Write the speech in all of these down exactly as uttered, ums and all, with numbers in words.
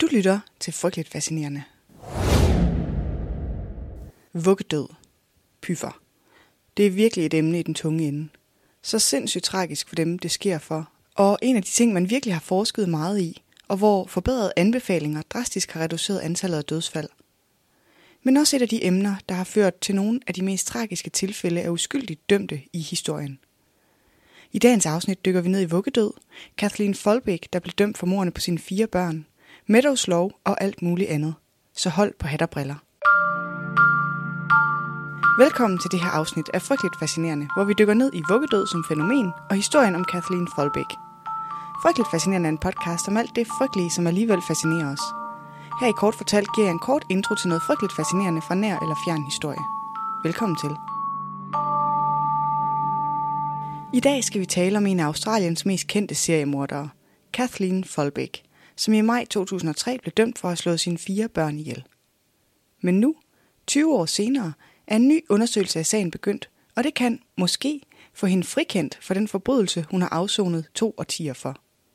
lytter til Frygteligt Fascinerende. Vuggedød. Pyfer. Det er virkelig et emne i den tunge ende. Så sindssygt tragisk for dem, det sker for. Og en af de ting, man virkelig har forsket meget i, og hvor forbedrede anbefalinger drastisk har reduceret antallet af dødsfald. Men også et af de emner, der har ført til nogle af de mest tragiske tilfælde af uskyldigt dømte i historien. I dagens afsnit dykker vi ned i vuggedød, Kathleen Folbig, der blev dømt for mordene på sine fire børn, Meadows lov og alt muligt andet. Så hold på hat og briller. Velkommen til det her afsnit af Frygteligt Fascinerende, hvor vi dykker ned i vuggedød som fænomen og historien om Kathleen Folbig. Frygteligt Fascinerende er en podcast om alt det frygtelige, som alligevel fascinerer os. Her i Kort Fortalt giver jeg en kort intro til noget frygteligt fascinerende fra nær eller fjern historie. Velkommen til. I dag skal vi tale om en af Australiens mest kendte seriemordere, Kathleen Folbig, som i maj to tusind og tre blev dømt for at have slået sine fire børn ihjel. Men nu, tyve år senere, er en ny undersøgelse af sagen begyndt, og det kan, måske, få hende frikendt for den forbrydelse, hun har afsonet to årtier for.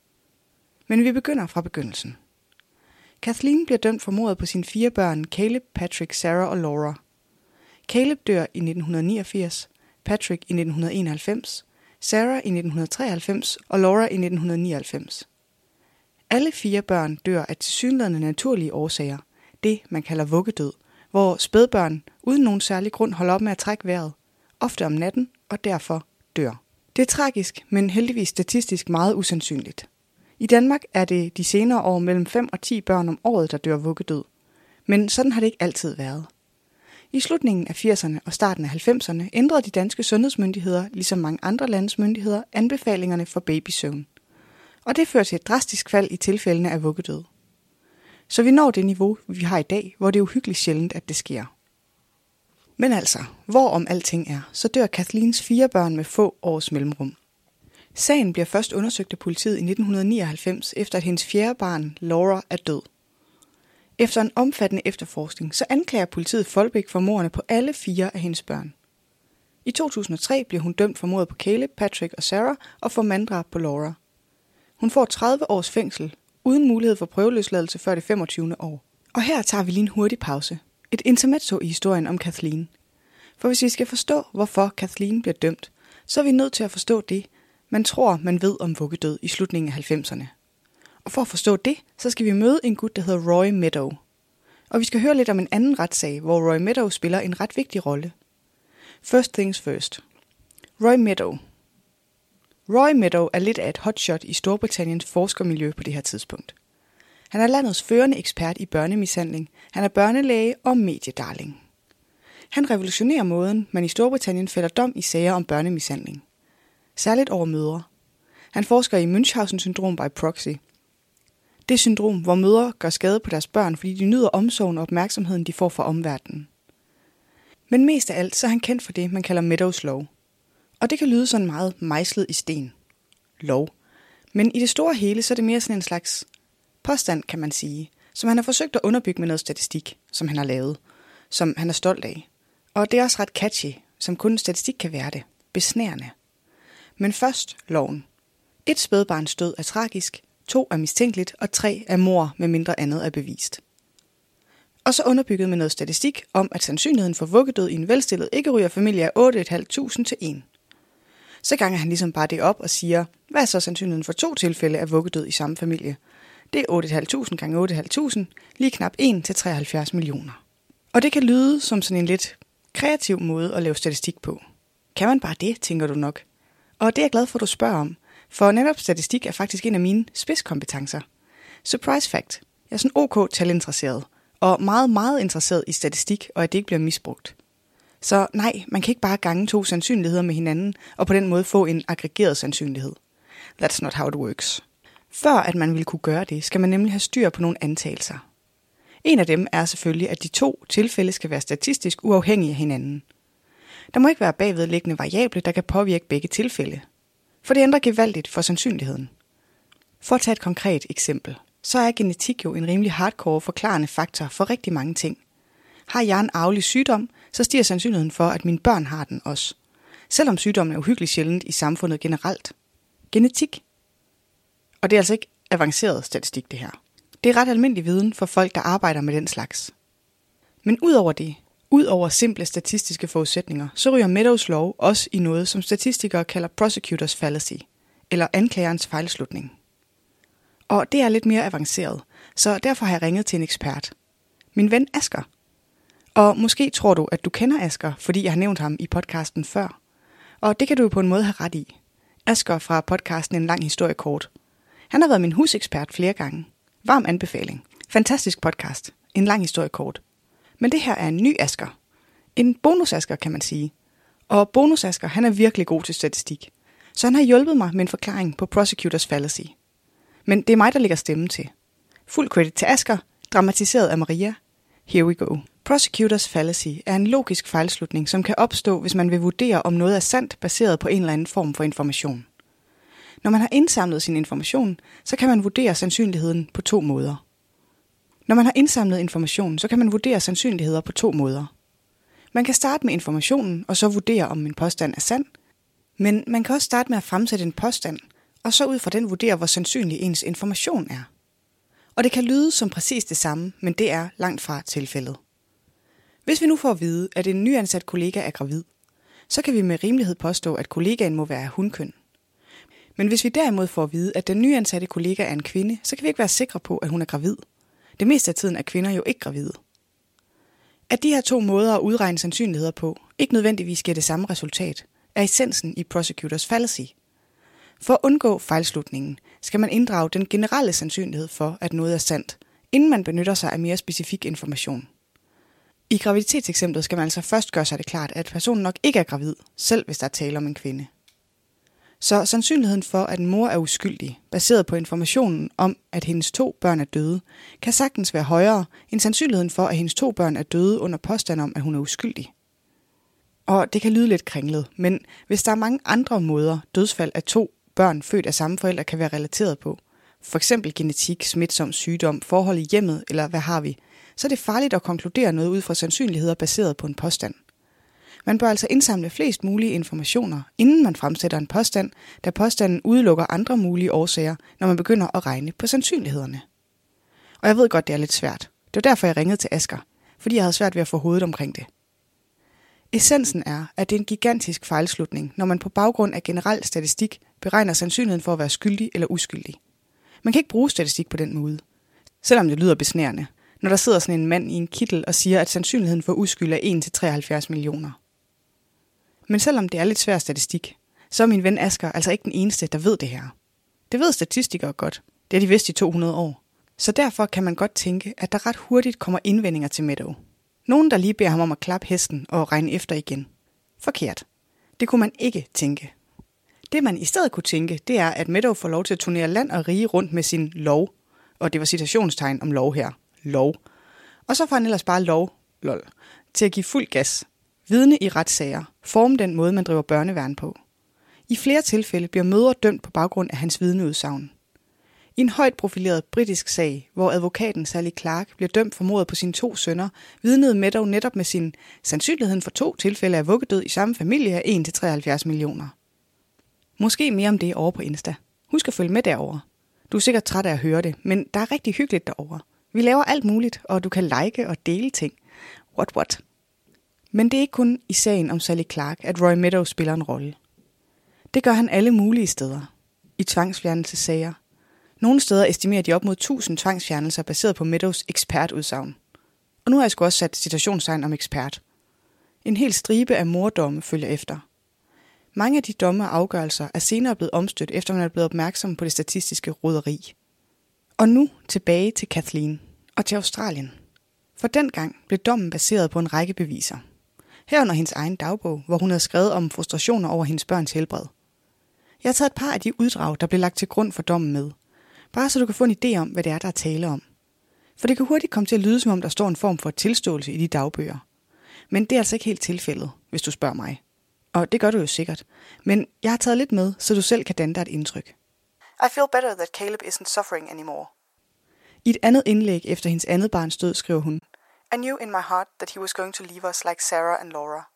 Men vi begynder fra begyndelsen. Kathleen bliver dømt for mordet på sine fire børn, Caleb, Patrick, Sarah og Laura. Caleb dør i nitten niogfirs, Patrick i nitten enoghalvfems, Sarah i nitten treoghalvfems og Laura i nitten nioghalvfems. Alle fire børn dør af tilsyneladende naturlige årsager, det man kalder vuggedød, hvor spædbørn uden nogen særlig grund holder op med at trække vejret, ofte om natten og derfor dør. Det er tragisk, men heldigvis statistisk meget usandsynligt. I Danmark er det de senere år mellem fem og ti børn om året, der dør vuggedød, men sådan har det ikke altid været. I slutningen af firserne og starten af halvfemserne ændrede de danske sundhedsmyndigheder, ligesom mange andre landes myndigheder, anbefalingerne for babysøvn. Og det fører til et drastisk fald i tilfældene af vuggedød. Så vi når det niveau, vi har i dag, hvor det er uhyggeligt sjældent, at det sker. Men altså, hvor om alting er, så dør Kathleens fire børn med få års mellemrum. Sagen bliver først undersøgt af politiet i nitten nioghalvfems, efter at hendes fjerde barn, Laura, er død. Efter en omfattende efterforskning, så anklager politiet Folbig for mordene på alle fire af hendes børn. I to tusind og tre bliver hun dømt for mordet på Caleb, Patrick og Sarah og for manddrab på Laura. Hun får tredive års fængsel, uden mulighed for prøveløsladelse før det femogtyvende år. Og her tager vi lige en hurtig pause. Et intermezzo i historien om Kathleen. For hvis vi skal forstå, hvorfor Kathleen bliver dømt, så er vi nødt til at forstå det, man tror, man ved om vuggedød i slutningen af halvfemserne. Og for at forstå det, så skal vi møde en gut, der hedder Roy Meadow. Og vi skal høre lidt om en anden retssag, hvor Roy Meadow spiller en ret vigtig rolle. First things first. Roy Meadow. Roy Meadow er lidt af et hotshot i Storbritanniens forskermiljø på det her tidspunkt. Han er landets førende ekspert i børnemishandling, han er børnelæge og mediedarling. Han revolutionerer måden, man i Storbritannien fælder dom i sager om børnemishandling. Særligt over mødre. Han forsker i Munchausen-syndrom by proxy. Det syndrom, hvor mødre gør skade på deres børn, fordi de nyder omsorgen og opmærksomheden, de får fra omverdenen. Men mest af alt, så er han kendt for det, man kalder Meadows lov. Og det kan lyde sådan meget mejslet i sten. Lov. Men i det store hele, så er det mere sådan en slags påstand, kan man sige, som han har forsøgt at underbygge med noget statistik, som han har lavet, som han er stolt af. Og det er også ret catchy, som kun statistik kan være det. Besnærende. Men først loven. Et spædbarns død er tragisk, to er mistænkeligt, og tre er mord, med mindre andet er bevist. Og så underbygget med noget statistik om, at sandsynligheden for vuggedød i en velstillet ikke-rygerfamilie er otte tusind fem hundrede til en. Så ganger han ligesom bare det op og siger, hvad er så sandsynligheden for to tilfælde af vuggedød i samme familie? Det er otte tusind fem hundrede gange otte tusind fem hundrede, lige knap en til treoghalvfjerds millioner. Og det kan lyde som sådan en lidt kreativ måde at lave statistik på. Kan man bare det, tænker du nok? Og det er jeg glad for, at du spørger om, for netop statistik er faktisk en af mine spidskompetencer. Surprise fact. Jeg er sådan ok talinteresseret, og meget, meget interesseret i statistik, og at det ikke bliver misbrugt. Så nej, man kan ikke bare gange to sandsynligheder med hinanden, og på den måde få en aggregeret sandsynlighed. That's not how it works. Før at man vil kunne gøre det, skal man nemlig have styr på nogle antagelser. En af dem er selvfølgelig, at de to tilfælde skal være statistisk uafhængige af hinanden. Der må ikke være bagvedliggende variable, der kan påvirke begge tilfælde. For det ændrer gevaldigt for sandsynligheden. For at tage et konkret eksempel, så er genetik jo en rimelig hardcore forklarende faktor for rigtig mange ting. Har jeg en arvelig sygdom, så stiger sandsynligheden for, at mine børn har den også. Selvom sygdommen er uhyggeligt sjældent i samfundet generelt. Genetik. Og det er altså ikke avanceret statistik, det her. Det er ret almindelig viden for folk, der arbejder med den slags. Men udover det, udover simple statistiske forudsætninger, så ryger Meadows lov også i noget, som statistikere kalder prosecutors fallacy, eller anklagerens fejlslutning. Og det er lidt mere avanceret, så derfor har jeg ringet til en ekspert. Min ven Asger. Og måske tror du, at du kender Asger, fordi jeg har nævnt ham i podcasten før. Og det kan du jo på en måde have ret i. Asger fra podcasten En lang historie kort. Han har været min husekspert flere gange. Varm anbefaling. Fantastisk podcast. En lang historie kort. Men det her er en ny Asger. En bonus-Asger, kan man sige. Og bonus-Asger, han er virkelig god til statistik. Så han har hjulpet mig med en forklaring på prosecutors fallacy. Men det er mig, der lægger stemme til. Fuld credit til Asger, dramatiseret af Maria. Here we go. Prosecutors fallacy er en logisk fejlslutning, som kan opstå, hvis man vil vurdere, om noget er sandt, baseret på en eller anden form for information. Når man har indsamlet sin information, så kan man vurdere sandsynligheden på to måder. Når man har indsamlet information, så kan man vurdere sandsynligheder på to måder. Man kan starte med informationen, og så vurdere, om en påstand er sand. Men man kan også starte med at fremsætte en påstand, og så ud fra den vurdere, hvor sandsynlig ens information er. Og det kan lyde som præcis det samme, men det er langt fra tilfældet. Hvis vi nu får at vide, at en nyansat kollega er gravid, så kan vi med rimelighed påstå, at kollegaen må være af hunkøn. Men hvis vi derimod får at vide, at den nyansatte kollega er en kvinde, så kan vi ikke være sikre på, at hun er gravid. Det meste af tiden er kvinder jo ikke gravide. At de her to måder at udregne sandsynligheder på ikke nødvendigvis giver det samme resultat, er essensen i prosecutors fallacy. For at undgå fejlslutningen skal man inddrage den generelle sandsynlighed for, at noget er sandt, inden man benytter sig af mere specifik information. I graviditetseksemplet skal man altså først gøre sig det klart, at personen nok ikke er gravid, selv hvis der er tale om en kvinde. Så sandsynligheden for, at en mor er uskyldig, baseret på informationen om, at hendes to børn er døde, kan sagtens være højere end sandsynligheden for, at hendes to børn er døde under påstand om, at hun er uskyldig. Og det kan lyde lidt kringlet, men hvis der er mange andre måder, dødsfald af to børn født af samme forældre kan være relateret på, for eksempel genetik, smitsom sygdom, forhold i hjemmet eller hvad har vi, så er det farligt at konkludere noget ud fra sandsynligheder baseret på en påstand. Man bør altså indsamle flest mulige informationer, inden man fremsætter en påstand, da påstanden udelukker andre mulige årsager, når man begynder at regne på sandsynlighederne. Og jeg ved godt, det er lidt svært. Det var derfor, jeg ringede til Asger, fordi jeg havde svært ved at få hovedet omkring det. Essensen er, at det er en gigantisk fejlslutning, når man på baggrund af generel statistik beregner sandsynligheden for at være skyldig eller uskyldig. Man kan ikke bruge statistik på den måde, selvom det lyder besnærende, når der sidder sådan en mand i en kittel og siger, at sandsynligheden for uskyld er en til treoghalvfjerds millioner. Men selvom det er lidt svær statistik, så er min ven Asger altså ikke den eneste, der ved det her. Det ved statistikere godt. Det har de vidst i to hundrede år. Så derfor kan man godt tænke, at der ret hurtigt kommer indvendinger til Meadow. Nogen, der lige beder ham om at klappe hesten og regne efter igen. Forkert. Det kunne man ikke tænke. Det man i stedet kunne tænke, det er, at Meadow får lov til at turnere land og rige rundt med sin lov. Og det var citationstegn om lov her. Lov. Og så får han ellers bare lov, lol, til at give fuld gas. Vidne i retssager. Forme den måde, man driver børneværn på. I flere tilfælde bliver mødre dømt på baggrund af hans vidneudsagn. I en højt profileret britisk sag, hvor advokaten Sally Clark bliver dømt for mordet på sine to sønner, vidnede Meadow netop med sin sandsynligheden for to tilfælde af vuggedød i samme familie af en til treoghalvfjerds millioner. Måske mere om det over på Insta. Husk at følge med derovre. Du er sikkert træt af at høre det, men der er rigtig hyggeligt derovre. Vi laver alt muligt, og du kan like og dele ting. What what? Men det er ikke kun i sagen om Sally Clark, at Roy Meadow spiller en rolle. Det gør han alle mulige steder. I tvangsfjernelsessager. Nogle steder estimerer de op mod tusind tvangsfjernelser baseret på Meadows ekspertudsagn. Og nu har jeg sgu også sat citationstegn om ekspert. En hel stribe af morddomme følger efter. Mange af de domme og afgørelser er senere blevet omstødt, efter man er blevet opmærksom på det statistiske roderi. Og nu tilbage til Kathleen og til Australien. For dengang blev dommen baseret på en række beviser. Herunder hendes egen dagbog, hvor hun havde skrevet om frustrationer over hendes børns helbred. Jeg har taget et par af de uddrag, der blev lagt til grund for dommen med. Bare så du kan få en idé om, hvad det er, der er tale om. For det kan hurtigt komme til at lyde, som om der står en form for tilståelse i de dagbøger. Men det er altså ikke helt tilfældet, hvis du spørger mig. Og det gør du jo sikkert. Men jeg har taget lidt med, så du selv kan danne dig et indtryk. I feel better that Caleb isn't suffering anymore. I et andet indlæg efter hendes andet barns død skriver hun, I knew in my heart that he was going to leave us like Sarah and Laura.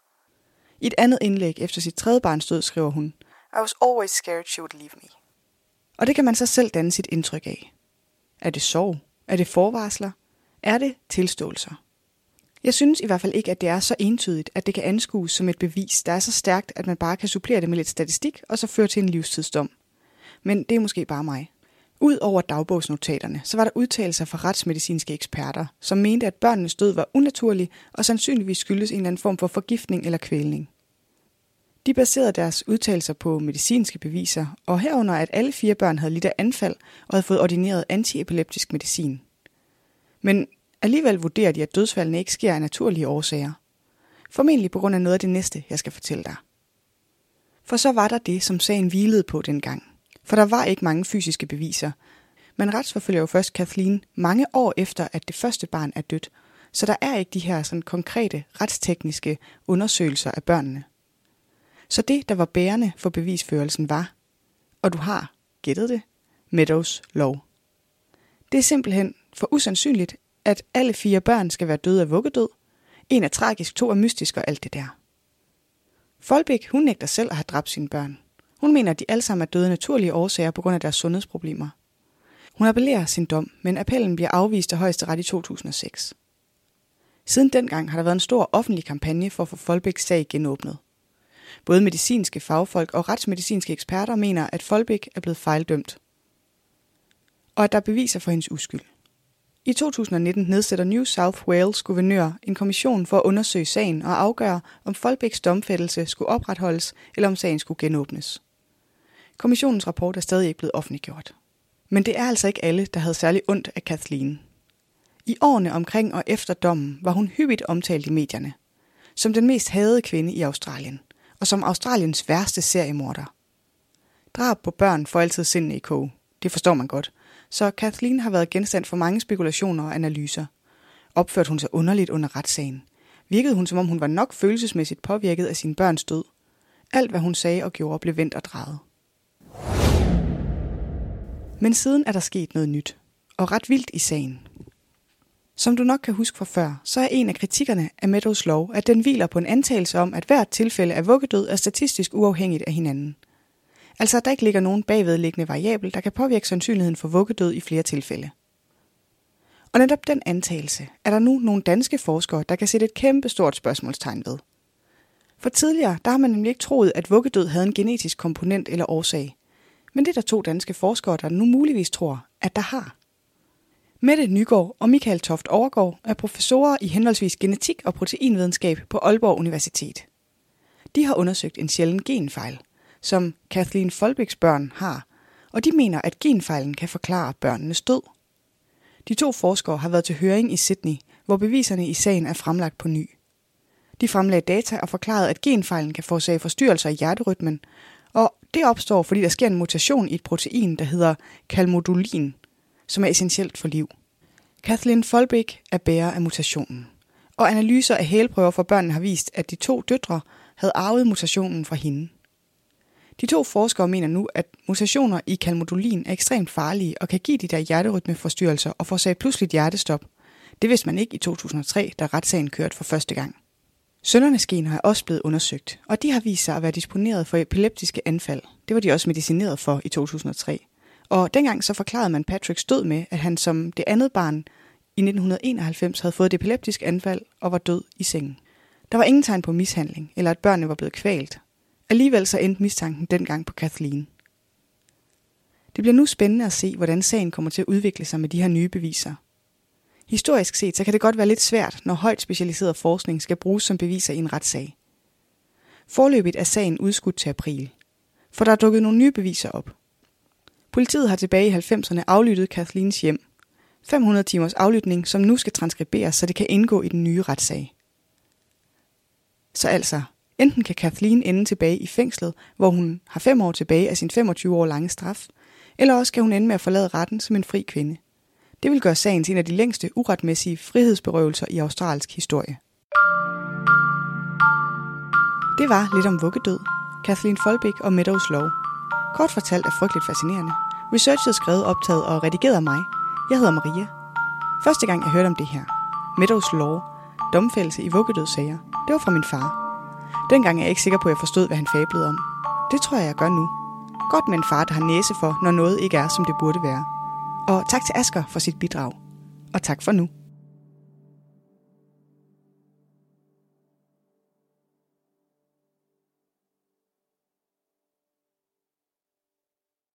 I et andet indlæg efter sit tredje barns død skriver hun, I was always scared she would leave me. Og det kan man så selv danne sit indtryk af. Er det sorg? Er det forvarsler? Er det tilståelser? Jeg synes i hvert fald ikke, at det er så entydigt, at det kan anskues som et bevis, der er så stærkt, at man bare kan supplere det med lidt statistik, og så føre til en livstidsdom. Men det er måske bare mig. Udover dagbogsnotaterne, så var der udtalelser fra retsmedicinske eksperter, som mente, at børnenes død var unaturlig og sandsynligvis skyldes en eller anden form for forgiftning eller kvælning. De baserede deres udtalelser på medicinske beviser, og herunder, at alle fire børn havde lidt af anfald og havde fået ordineret antiepileptisk medicin. Men alligevel vurderer de, at dødsfaldene ikke sker af naturlige årsager. Formentlig på grund af noget af det næste, jeg skal fortælle dig. For så var der det, som sagen hvilede på dengang. For der var ikke mange fysiske beviser. Man retsforfølger jo først Kathleen mange år efter, at det første barn er dødt. Så der er ikke de her sådan konkrete retstekniske undersøgelser af børnene. Så det, der var bærende for bevisførelsen var, og du har gættet det, Meadows lov. Det er simpelthen for usandsynligt, at alle fire børn skal være døde af vuggedød. En er tragisk, to er mystisk og alt det der. Folbæk, hun nægter selv at have dræbt sine børn. Hun mener, at de alle sammen er døde af naturlige årsager på grund af deres sundhedsproblemer. Hun appellerer sin dom, men appellen bliver afvist af Højesteret i to tusind og seks. Siden dengang har der været en stor offentlig kampagne for at få Folbæks sag genåbnet. Både medicinske fagfolk og retsmedicinske eksperter mener, at Folbæk er blevet fejldømt, og at der er beviser for hendes uskyld. I to tusind og nitten nedsætter New South Wales guvernør en kommission for at undersøge sagen og afgøre, om Folbæks domfældelse skulle opretholdes, eller om sagen skulle genåbnes. Kommissionens rapport er stadig ikke blevet offentliggjort. Men det er altså ikke alle, der havde særlig ondt af Kathleen. I årene omkring og efter dommen var hun hyppigt omtalt i medierne, som den mest hadede kvinde i Australien, og som Australiens værste seriemorder. Drab på børn får altid sindene i kog. Det forstår man godt. Så Kathleen har været genstand for mange spekulationer og analyser. Opførte hun sig underligt under retssagen? Virkede hun, som om hun var nok følelsesmæssigt påvirket af sine børns død? Alt, hvad hun sagde og gjorde, blev vendt og drejet. Men siden er der sket noget nyt, og ret vildt i sagen. Som du nok kan huske fra før, så er en af kritikkerne af Meadows lov, at den hviler på en antagelse om, at hvert tilfælde af vuggedød er statistisk uafhængigt af hinanden. Altså at der ikke ligger nogen bagvedliggende variabel, der kan påvirke sandsynligheden for vuggedød i flere tilfælde. Og netop den antagelse er der nu nogle danske forskere, der kan sætte et kæmpe stort spørgsmålstegn ved. For tidligere, der har man nemlig ikke troet, at vuggedød havde en genetisk komponent eller årsag. Men det er der to danske forskere, der nu muligvis tror, at der har. Mette Nygaard og Michael Toft Overgaard er professorer i henholdsvis genetik og proteinvidenskab på Aalborg Universitet. De har undersøgt en sjælden genfejl, som Kathleen Folbæks børn har, og de mener, at genfejlen kan forklare børnenes død. De to forskere har været til høring i Sydney, hvor beviserne i sagen er fremlagt på ny. De fremlagde data og forklarede, at genfejlen kan forårsage forstyrrelser i hjerterytmen, og det opstår, fordi der sker en mutation i et protein, der hedder calmodulin, som er essentielt for liv. Kathleen Folbæk er bærer af mutationen, og analyser af hælprøver for børnene har vist, at de to døtre havde arvet mutationen fra hende. De to forskere mener nu, at mutationer i calmodulin er ekstremt farlige og kan give de der hjerterytmeforstyrrelser og forårsage pludseligt hjertestop. Det vidste man ikke i to tusind og tre, da retssagen kørte for første gang. Sønnernes gener er også blevet undersøgt, og de har vist sig at være disponeret for epileptiske anfald. Det var de også medicineret for i to tusind og tre. Og dengang så forklarede man Patricks død med, at han som det andet barn i nitten enoghalvfems havde fået et epileptisk anfald og var død i sengen. Der var ingen tegn på mishandling, eller at børnene var blevet kvalt. Alligevel så endte mistanken dengang på Kathleen. Det bliver nu spændende at se, hvordan sagen kommer til at udvikle sig med de her nye beviser. Historisk set så kan det godt være lidt svært, når højt specialiseret forskning skal bruges som beviser i en retssag. Foreløbigt er sagen udskudt til april, for der er dukket nogle nye beviser op. Politiet har tilbage i halvfemserne aflyttet Kathleens hjem. fem hundrede timers aflytning, som nu skal transkriberes, så det kan indgå i den nye retssag. Så altså, enten kan Kathleen ende tilbage i fængslet, hvor hun har fem år tilbage af sin femogtyve år lange straf, eller også kan hun ende med at forlade retten som en fri kvinde. Det vil gøre sagen til en af de længste uretmæssige frihedsberøvelser i australsk historie. Det var lidt om vuggedød, Kathleen Folbæk og Meadows lov. Kort fortalt er frygteligt fascinerende. Researchet skrevet, optaget og redigeret af mig. Jeg hedder Maria. Første gang jeg hørte om det her, Meadows lov, domfældelse i vuggedødssager, det var fra min far. Dengang er jeg ikke sikker på, at jeg forstod, hvad han fablede om. Det tror jeg, jeg gør nu. Godt med en far, der har næse for, når noget ikke er, som det burde være. Og tak til Asger for sit bidrag. og tak for nu.